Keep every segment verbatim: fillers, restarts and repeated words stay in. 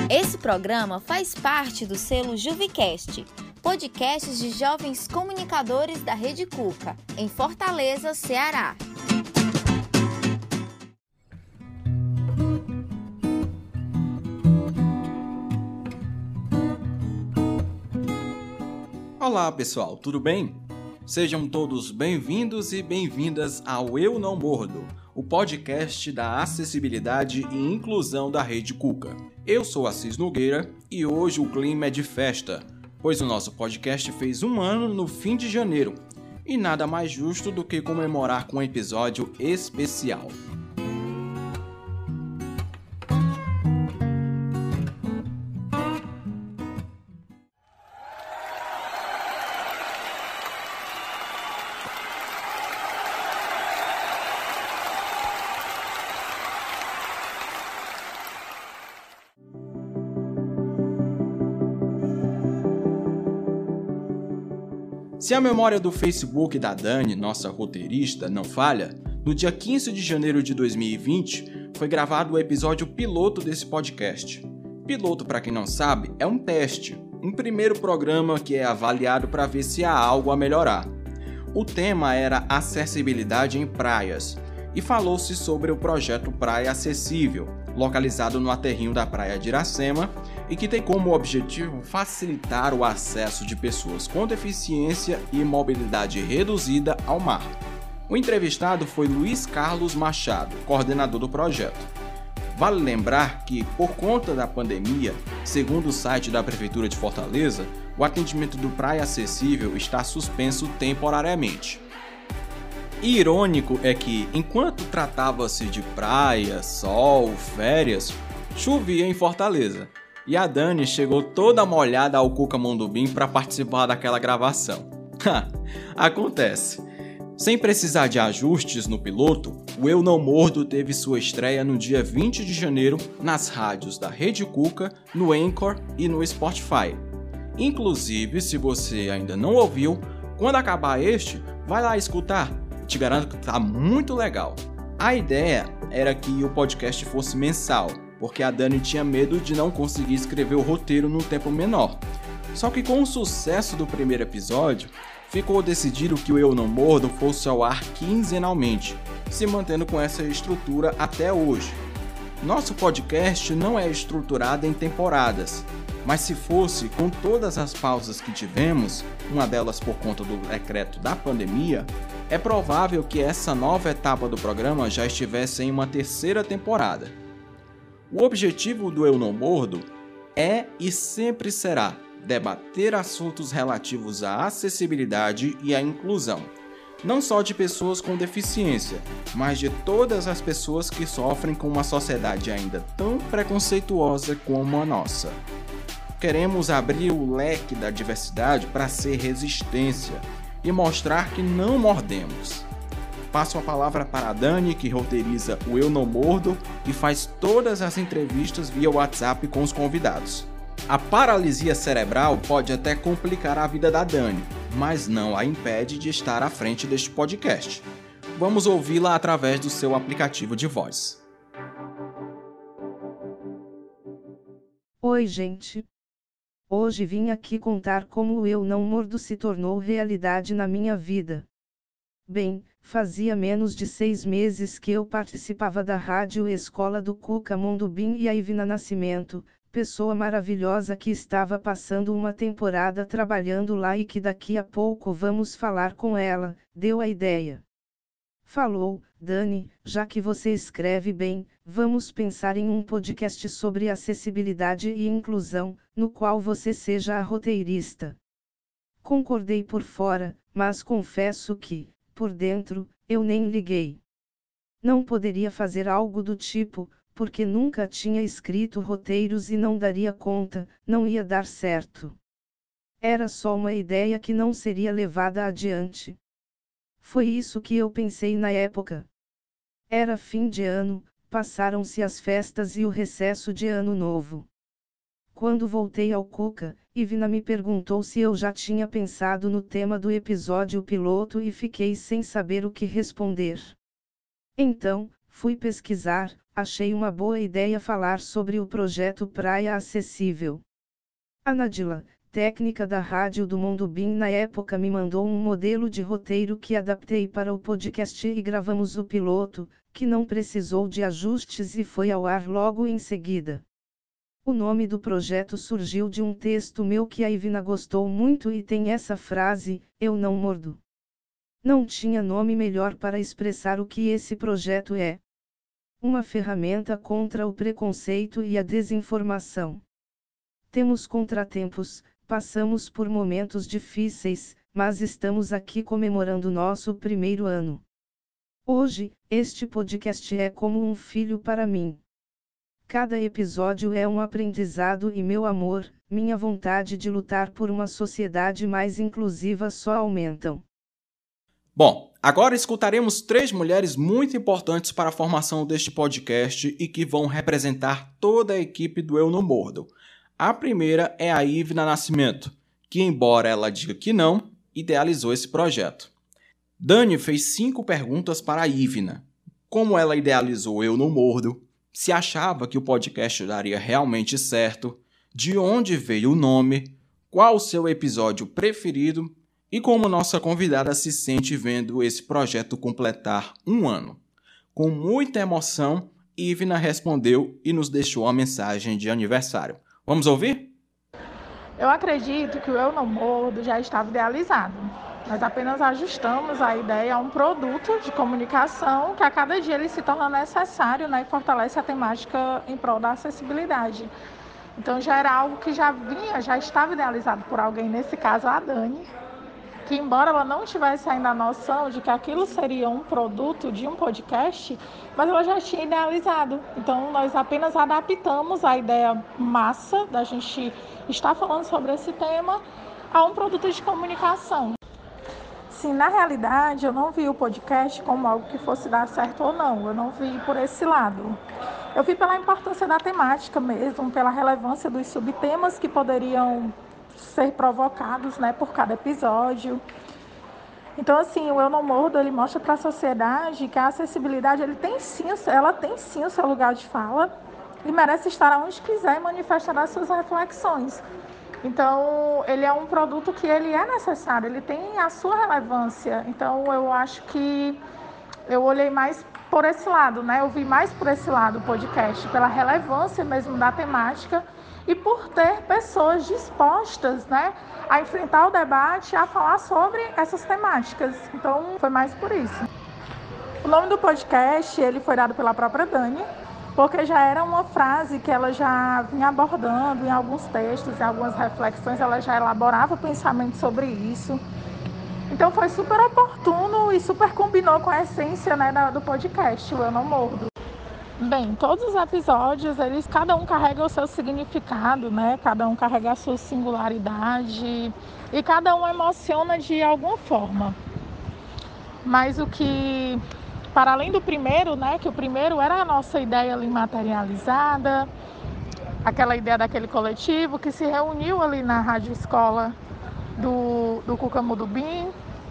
Esse programa faz parte do selo Juvicast, podcasts de jovens comunicadores da Rede Cuca, em Fortaleza, Ceará. Olá pessoal, tudo bem? Sejam todos bem-vindos e bem-vindas ao Eu Não Mordo, o podcast da acessibilidade e inclusão da Rede Cuca. Eu sou Assis Nogueira e hoje o clima é de festa, pois o nosso podcast fez um ano no fim de janeiro e nada mais justo do que comemorar com um episódio especial. Se a memória do Facebook da Dani, nossa roteirista, não falha, no dia quinze de janeiro de dois mil e vinte foi gravado o episódio piloto desse podcast. Piloto, para quem não sabe, é um teste, um primeiro programa que é avaliado para ver se há algo a melhorar. O tema era acessibilidade em praias e falou-se sobre o projeto Praia Acessível, localizado no aterrinho da Praia de Iracema e que tem como objetivo facilitar o acesso de pessoas com deficiência e mobilidade reduzida ao mar. O entrevistado foi Luiz Carlos Machado, coordenador do projeto. Vale lembrar que, por conta da pandemia, segundo o site da Prefeitura de Fortaleza, o atendimento do Praia Acessível está suspenso temporariamente. Irônico é que, enquanto tratava-se de praia, sol, férias, chovia em Fortaleza. E a Dani chegou toda molhada ao Cuca Mondubim para participar daquela gravação. Acontece. Sem precisar de ajustes no piloto, o Eu Não Mordo teve sua estreia no dia vinte de janeiro nas rádios da Rede Cuca, no Anchor e no Spotify. Inclusive, se você ainda não ouviu, quando acabar este, vai lá escutar. Te garanto que tá muito legal. A ideia era que o podcast fosse mensal, porque a Dani tinha medo de não conseguir escrever o roteiro num tempo menor. Só que com o sucesso do primeiro episódio, ficou decidido que o Eu Não Mordo fosse ao ar quinzenalmente, se mantendo com essa estrutura até hoje. Nosso podcast não é estruturado em temporadas, mas se fosse com todas as pausas que tivemos, uma delas por conta do decreto da pandemia, é provável que essa nova etapa do programa já estivesse em uma terceira temporada. O objetivo do Eu Não Mordo é e sempre será debater assuntos relativos à acessibilidade e à inclusão, não só de pessoas com deficiência, mas de todas as pessoas que sofrem com uma sociedade ainda tão preconceituosa como a nossa. Queremos abrir o leque da diversidade para ser resistência e mostrar que não mordemos. Passo a palavra para a Dani, que roteiriza o Eu Não Mordo e faz todas as entrevistas via WhatsApp com os convidados. A paralisia cerebral pode até complicar a vida da Dani, mas não a impede de estar à frente deste podcast. Vamos ouvi-la através do seu aplicativo de voz. Oi, gente. Hoje vim aqui contar como o Eu Não Mordo se tornou realidade na minha vida. Bem, fazia menos de seis meses que eu participava da Rádio Escola do Cuca Mondubim e a Ivina Nascimento, pessoa maravilhosa que estava passando uma temporada trabalhando lá e que daqui a pouco vamos falar com ela, deu a ideia. Falou, Dani, já que você escreve bem, vamos pensar em um podcast sobre acessibilidade e inclusão, no qual você seja a roteirista. Concordei por fora, mas confesso que, por dentro, eu nem liguei. Não poderia fazer algo do tipo, porque nunca tinha escrito roteiros e não daria conta, não ia dar certo. Era só uma ideia que não seria levada adiante. Foi isso que eu pensei na época. Era fim de ano, passaram-se as festas e o recesso de ano novo. Quando voltei ao Cuca, Ivina me perguntou se eu já tinha pensado no tema do episódio piloto e fiquei sem saber o que responder. Então, Fui pesquisar, achei uma boa ideia falar sobre o projeto Praia Acessível. A Nadila, técnica da Rádio do Mondubim na época, me mandou um modelo de roteiro que adaptei para o podcast e gravamos o piloto, que não precisou de ajustes e foi ao ar logo em seguida. O nome do projeto surgiu de um texto meu que a Ivina gostou muito e tem essa frase: "Eu não mordo". Não tinha nome melhor para expressar o que esse projeto é. Uma ferramenta contra o preconceito e a desinformação. Temos contratempos, passamos por momentos difíceis, mas estamos aqui comemorando nosso primeiro ano. Hoje, este podcast é como um filho para mim. Cada episódio é um aprendizado e meu amor, minha vontade de lutar por uma sociedade mais inclusiva só aumentam. Bom, agora escutaremos três mulheres muito importantes para a formação deste podcast e que vão representar toda a equipe do Eu Não Mordo. A primeira é a Ivina Nascimento, que, embora ela diga que não, idealizou esse projeto. Dani fez cinco perguntas para a Ivina. Como ela idealizou Eu Não Mordo, se achava que o podcast daria realmente certo, de onde veio o nome, qual o seu episódio preferido e como nossa convidada se sente vendo esse projeto completar um ano. Com muita emoção, Ivina respondeu e nos deixou uma mensagem de aniversário. Vamos ouvir? Eu acredito que o Eu Não Mordo já estava idealizado. Nós apenas ajustamos a ideia a um produto de comunicação que a cada dia ele se torna necessário, né, e fortalece a temática em prol da acessibilidade. Então já era algo que já vinha, já estava idealizado por alguém, nesse caso a Dani, que embora ela não tivesse ainda a noção de que aquilo seria um produto de um podcast, mas ela já tinha idealizado. Então nós apenas adaptamos a ideia massa da gente estar falando sobre esse tema a um produto de comunicação. Sim, na realidade eu não vi o podcast como algo que fosse dar certo ou não, eu não vi por esse lado. Eu vi pela importância da temática mesmo, pela relevância dos subtemas que poderiam ser provocados, né, por cada episódio. Então, assim, o Eu Não Mordo, ele mostra para a sociedade que a acessibilidade, ele tem sim, ela tem sim o seu lugar de fala e merece estar onde quiser e manifestar as suas reflexões. Então, ele é um produto que ele é necessário, ele tem a sua relevância. Então, eu acho que eu olhei mais por esse lado, né? Eu vi mais por esse lado o podcast, pela relevância mesmo da temática e por ter pessoas dispostas, né, a enfrentar o debate, a falar sobre essas temáticas. Então, foi mais por isso. O nome do podcast, ele foi dado pela própria Dani, porque já era uma frase que ela já vinha abordando em alguns textos, em algumas reflexões, ela já elaborava pensamento sobre isso. Então foi super oportuno e super combinou com a essência, né, do podcast, o Eu Não Mordo. Bem, todos os episódios, eles, cada um carrega o seu significado, né? Cada um carrega a sua singularidade e cada um emociona de alguma forma. Mas o que, para além do primeiro, né? Que o primeiro era a nossa ideia ali materializada, aquela ideia daquele coletivo que se reuniu ali na Rádio Escola do, do Cuca Mondubim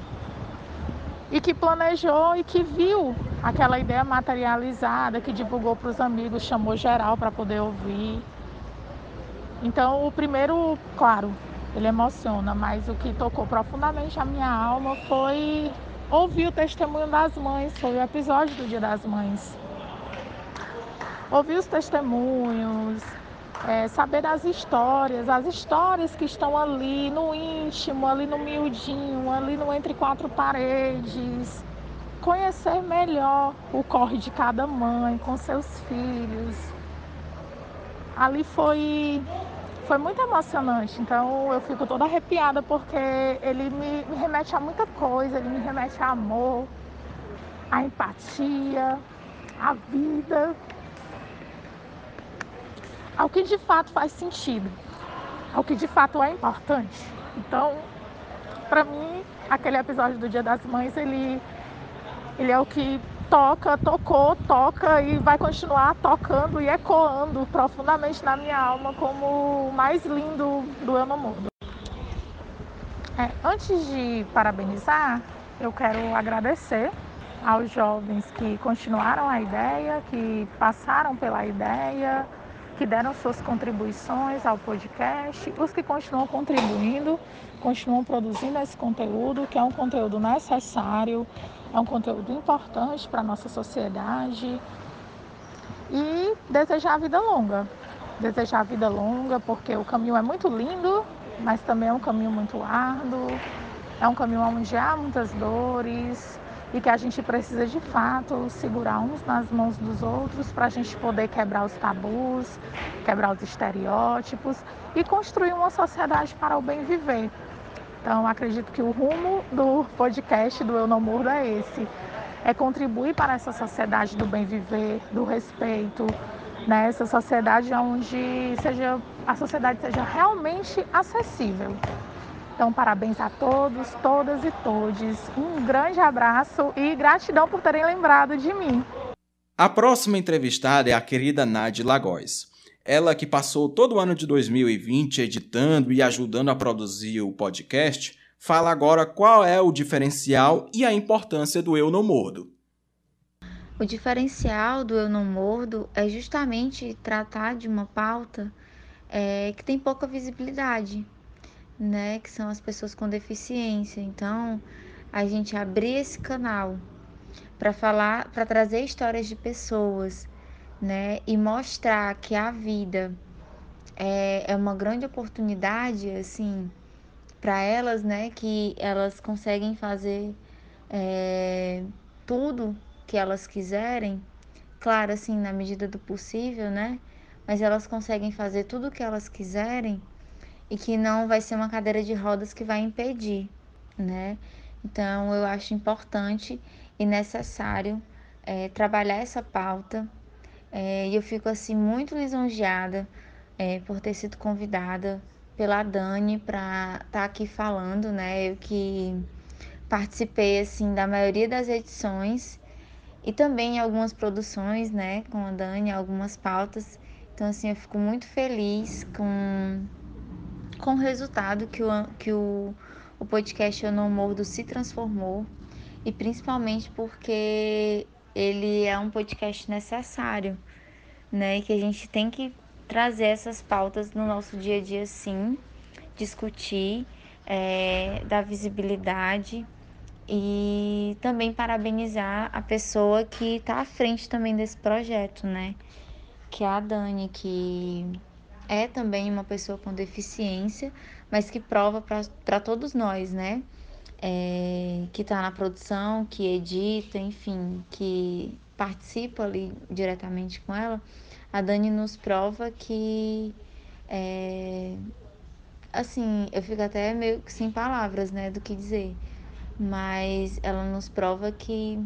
e que planejou e que viu aquela ideia materializada, que divulgou para os amigos, chamou geral para poder ouvir. Então, o primeiro, claro, ele emociona, mas o que tocou profundamente a minha alma foi ouvir o testemunho das mães, foi o episódio do Dia das Mães. Ouvir os testemunhos, é, saber das histórias, as histórias que estão ali no íntimo, ali no miudinho, ali no entre quatro paredes. Conhecer melhor o corre de cada mãe com seus filhos. Ali foi, foi muito emocionante, então eu fico toda arrepiada porque ele me, me remete a muita coisa, ele me remete a amor, a empatia, a vida, ao que de fato faz sentido, ao que de fato é importante. Então, para mim, aquele episódio do Dia das Mães, ele, ele é o que toca, tocou, toca e vai continuar tocando e ecoando profundamente na minha alma como o mais lindo do Eu Não Mordo. É, antes de parabenizar, eu quero agradecer aos jovens que continuaram a ideia, que passaram pela ideia, que deram suas contribuições ao podcast, os que continuam contribuindo, continuam produzindo esse conteúdo, que é um conteúdo necessário, é um conteúdo importante para a nossa sociedade. E desejar vida longa. Desejar vida longa, porque o caminho é muito lindo, mas também é um caminho muito árduo, é um caminho onde há muitas dores, e que a gente precisa de fato segurar uns nas mãos dos outros para a gente poder quebrar os tabus, quebrar os estereótipos e construir uma sociedade para o bem viver. Então, acredito que o rumo do podcast do Eu Não Mordo é esse, é contribuir para essa sociedade do bem viver, do respeito, né? Essa sociedade onde seja, a sociedade seja realmente acessível. Então, parabéns a todos, todas e todes. Um grande abraço e gratidão por terem lembrado de mim. A próxima entrevistada é a querida Nádia Lagóis. Ela que passou todo o ano de dois mil e vinte editando e ajudando a produzir o podcast, fala agora qual é o diferencial e a importância do Eu Não Mordo. O diferencial do Eu Não Mordo é justamente tratar de uma pauta é, que tem pouca visibilidade, né, que são as pessoas com deficiência. Então, a gente abrir esse canal para falar, para trazer histórias de pessoas, né, e mostrar que a vida é, é uma grande oportunidade, assim, para elas, né, que elas conseguem fazer é, tudo que elas quiserem, claro, assim, na medida do possível, né, mas elas conseguem fazer tudo o que elas quiserem e que não vai ser uma cadeira de rodas que vai impedir, né? Então, eu acho importante e necessário é, trabalhar essa pauta é, e eu fico, assim, muito lisonjeada é, por ter sido convidada pela Dani para estar tá aqui falando, né? Eu que participei, assim, da maioria das edições e também em algumas produções, né, com a Dani, algumas pautas. Então, assim, eu fico muito feliz com com o resultado que o, que o, o podcast Eu Não Mordo se transformou e principalmente porque ele é um podcast necessário, né? E que a gente tem que trazer essas pautas no nosso dia a dia, sim, discutir, é, dar visibilidade e também parabenizar a pessoa que está à frente também desse projeto, né? Que é a Dani, que é também uma pessoa com deficiência, mas que prova para todos nós, né? É, que está na produção, que edita, enfim, que participa ali diretamente com ela, a Dani nos prova que, é, assim, eu fico até meio que sem palavras, né, do que dizer, mas ela nos prova que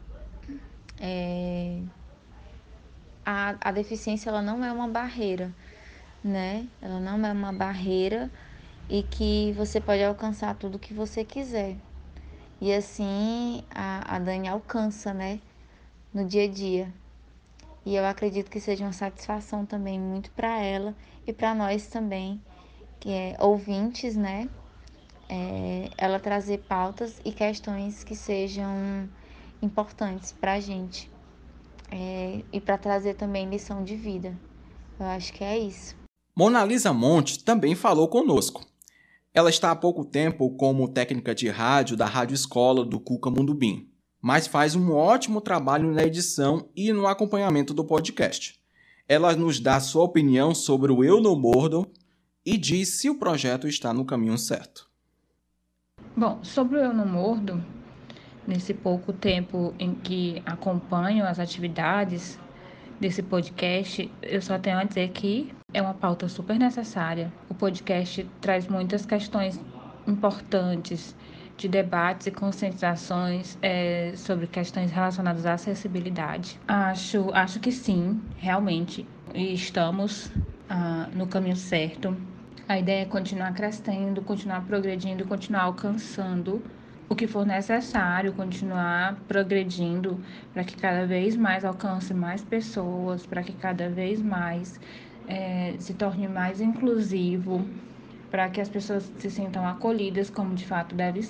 é, a, a deficiência ela não é uma barreira, né? Ela não é uma barreira e que você pode alcançar tudo que você quiser. E assim a, a Dani alcança, né? No dia a dia. E eu acredito que seja uma satisfação também muito para ela e para nós também, que é ouvintes, né? É, ela trazer pautas e questões que sejam importantes para a gente. É, e para trazer também lição de vida. Eu acho que é isso. Monalisa Monte também falou conosco. Ela está há pouco tempo como técnica de rádio da Rádio Escola do Cuca Mundubim, mas faz um ótimo trabalho na edição e no acompanhamento do podcast. Ela nos dá sua opinião sobre o Eu Não Mordo e diz se o projeto está no caminho certo. Bom, sobre o Eu Não Mordo, nesse pouco tempo em que acompanho as atividades desse podcast, eu só tenho a dizer que é uma pauta super necessária. O podcast traz muitas questões importantes de debates e conscientizações é, sobre questões relacionadas à acessibilidade. Acho, acho que sim, realmente, e estamos ah, no caminho certo. A ideia é continuar crescendo, continuar progredindo, continuar alcançando o que for necessário, continuar progredindo para que cada vez mais alcance mais pessoas, para que cada vez mais é, se torne mais inclusivo, para que as pessoas se sintam acolhidas como de fato deve ser.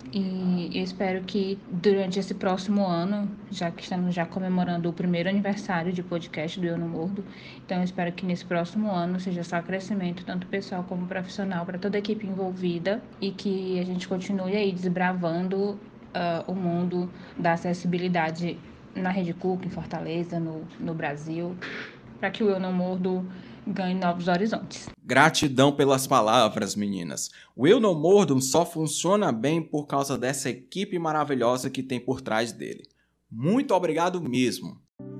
E eu espero que durante esse próximo ano, já que estamos já comemorando o primeiro aniversário de podcast do Eu Não Mordo, então eu espero que nesse próximo ano seja só crescimento, tanto pessoal como profissional, para toda a equipe envolvida, e que a gente continue aí desbravando uh, o mundo da acessibilidade na Rede Cook, em Fortaleza, no, no Brasil, para que o Eu Não Mordo ganhe novos horizontes. Gratidão pelas palavras, meninas. O Eu Não Mordo só funciona bem por causa dessa equipe maravilhosa que tem por trás dele. Muito obrigado mesmo.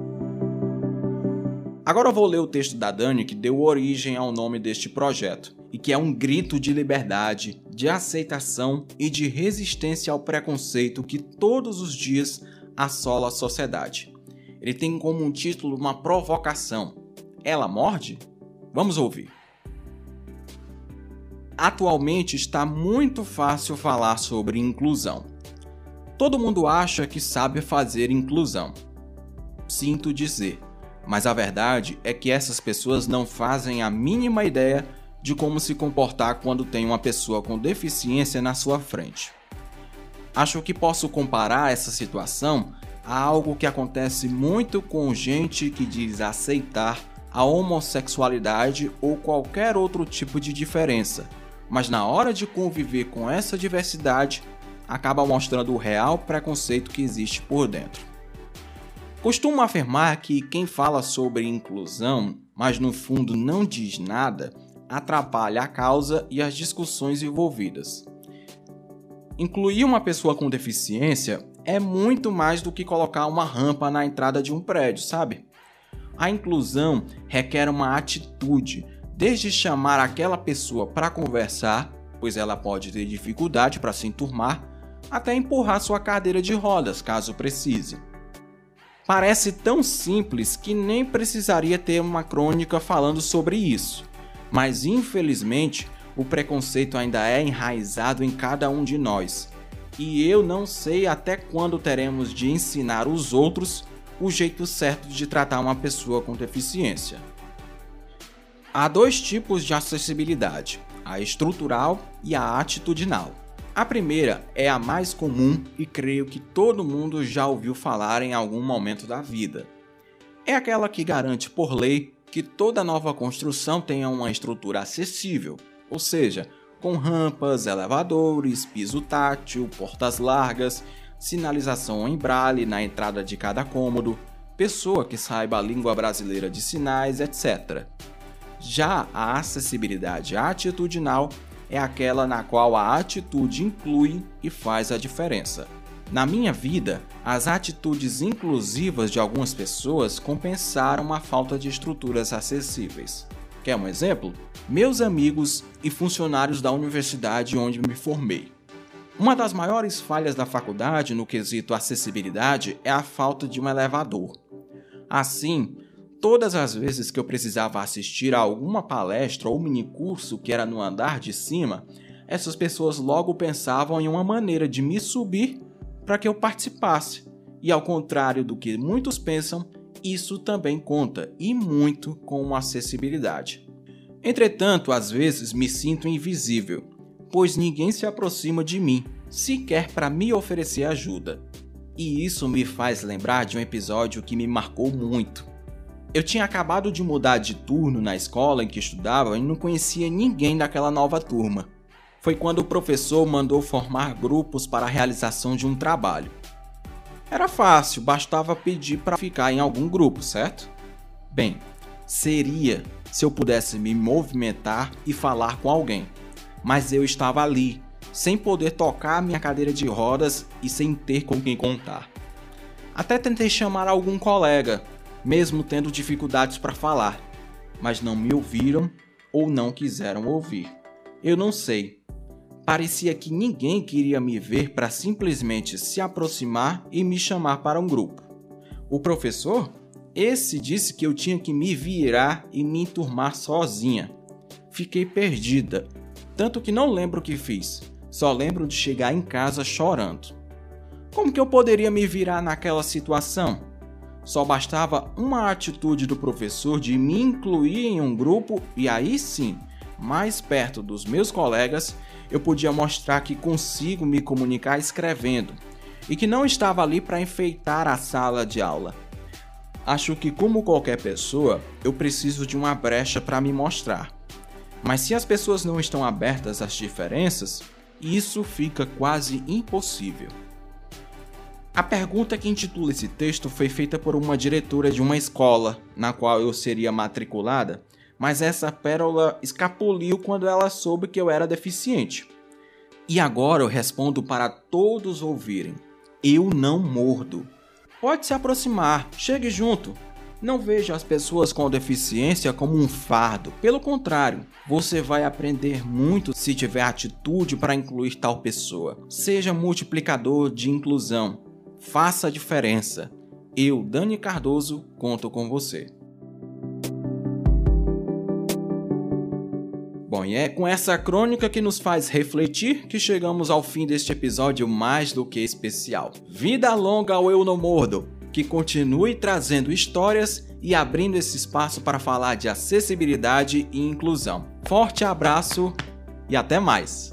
Agora eu vou ler o texto da Dani que deu origem ao nome deste projeto e que é um grito de liberdade, de aceitação e de resistência ao preconceito que todos os dias assola a sociedade. Ele tem como um título uma provocação. Ela morde? Vamos ouvir. Atualmente está muito fácil falar sobre inclusão. Todo mundo acha que sabe fazer inclusão. Sinto dizer, mas a verdade é que essas pessoas não fazem a mínima ideia de como se comportar quando tem uma pessoa com deficiência na sua frente. Acho que posso comparar essa situação a algo que acontece muito com gente que diz aceitar a homossexualidade ou qualquer outro tipo de diferença, mas na hora de conviver com essa diversidade, acaba mostrando o real preconceito que existe por dentro. Costumo afirmar que quem fala sobre inclusão, mas no fundo não diz nada, atrapalha a causa e as discussões envolvidas. Incluir uma pessoa com deficiência é muito mais do que colocar uma rampa na entrada de um prédio, sabe? A inclusão requer uma atitude, desde chamar aquela pessoa para conversar, pois ela pode ter dificuldade para se enturmar, até empurrar sua cadeira de rodas, caso precise. Parece tão simples que nem precisaria ter uma crônica falando sobre isso, mas infelizmente o preconceito ainda é enraizado em cada um de nós, e eu não sei até quando teremos de ensinar os outros o jeito certo de tratar uma pessoa com deficiência. Há dois tipos de acessibilidade, a estrutural e a atitudinal. A primeira é a mais comum e creio que todo mundo já ouviu falar em algum momento da vida. É aquela que garante por lei que toda nova construção tenha uma estrutura acessível, ou seja, com rampas, elevadores, piso tátil, portas largas, sinalização em braille na entrada de cada cômodo, pessoa que saiba a língua brasileira de sinais, etcétera. Já a acessibilidade atitudinal é aquela na qual a atitude inclui e faz a diferença. Na minha vida, as atitudes inclusivas de algumas pessoas compensaram a falta de estruturas acessíveis. Quer um exemplo? Meus amigos e funcionários da universidade onde me formei. Uma das maiores falhas da faculdade no quesito acessibilidade é a falta de um elevador. Assim, todas as vezes que eu precisava assistir a alguma palestra ou minicurso que era no andar de cima, essas pessoas logo pensavam em uma maneira de me subir para que eu participasse. E ao contrário do que muitos pensam, isso também conta, e muito, com a acessibilidade. Entretanto, às vezes me sinto invisível, pois ninguém se aproxima de mim, sequer para me oferecer ajuda. E isso me faz lembrar de um episódio que me marcou muito. Eu tinha acabado de mudar de turno na escola em que estudava e não conhecia ninguém daquela nova turma. Foi quando o professor mandou formar grupos para a realização de um trabalho. Era fácil, bastava pedir para ficar em algum grupo, certo? Bem, seria se eu pudesse me movimentar e falar com alguém. Mas eu estava ali, sem poder tocar minha cadeira de rodas e sem ter com quem contar. Até tentei chamar algum colega, mesmo tendo dificuldades para falar, mas não me ouviram ou não quiseram ouvir. Eu não sei. Parecia que ninguém queria me ver para simplesmente se aproximar e me chamar para um grupo. O professor? Esse disse que eu tinha que me virar e me enturmar sozinha. Fiquei perdida. Tanto que não lembro o que fiz, só lembro de chegar em casa chorando. Como que eu poderia me virar naquela situação? Só bastava uma atitude do professor de me incluir em um grupo e aí sim, mais perto dos meus colegas, eu podia mostrar que consigo me comunicar escrevendo e que não estava ali para enfeitar a sala de aula. Acho que, como qualquer pessoa, eu preciso de uma brecha para me mostrar. Mas se as pessoas não estão abertas às diferenças, isso fica quase impossível. A pergunta que intitula esse texto foi feita por uma diretora de uma escola, na qual eu seria matriculada, mas essa pérola escapuliu quando ela soube que eu era deficiente. E agora eu respondo para todos ouvirem. Eu não mordo. Pode se aproximar, chegue junto. Não veja as pessoas com deficiência como um fardo. Pelo contrário, você vai aprender muito se tiver atitude para incluir tal pessoa. Seja multiplicador de inclusão. Faça a diferença. Eu, Dani Cardoso, conto com você. Bom, e é com essa crônica que nos faz refletir que chegamos ao fim deste episódio mais do que especial. Vida longa ao Eu Não Mordo, que continue trazendo histórias e abrindo esse espaço para falar de acessibilidade e inclusão. Forte abraço e até mais!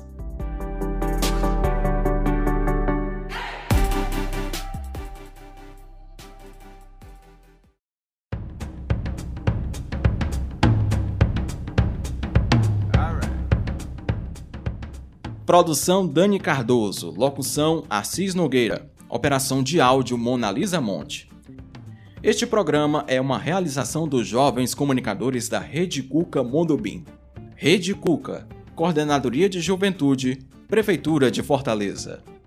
Produção Dani Cardoso, locução Assis Nogueira, operação de áudio Mona Lisa Monte. Este programa é uma realização dos jovens comunicadores da Rede Cuca Mondobim. Rede Cuca, Coordenadoria de Juventude, Prefeitura de Fortaleza.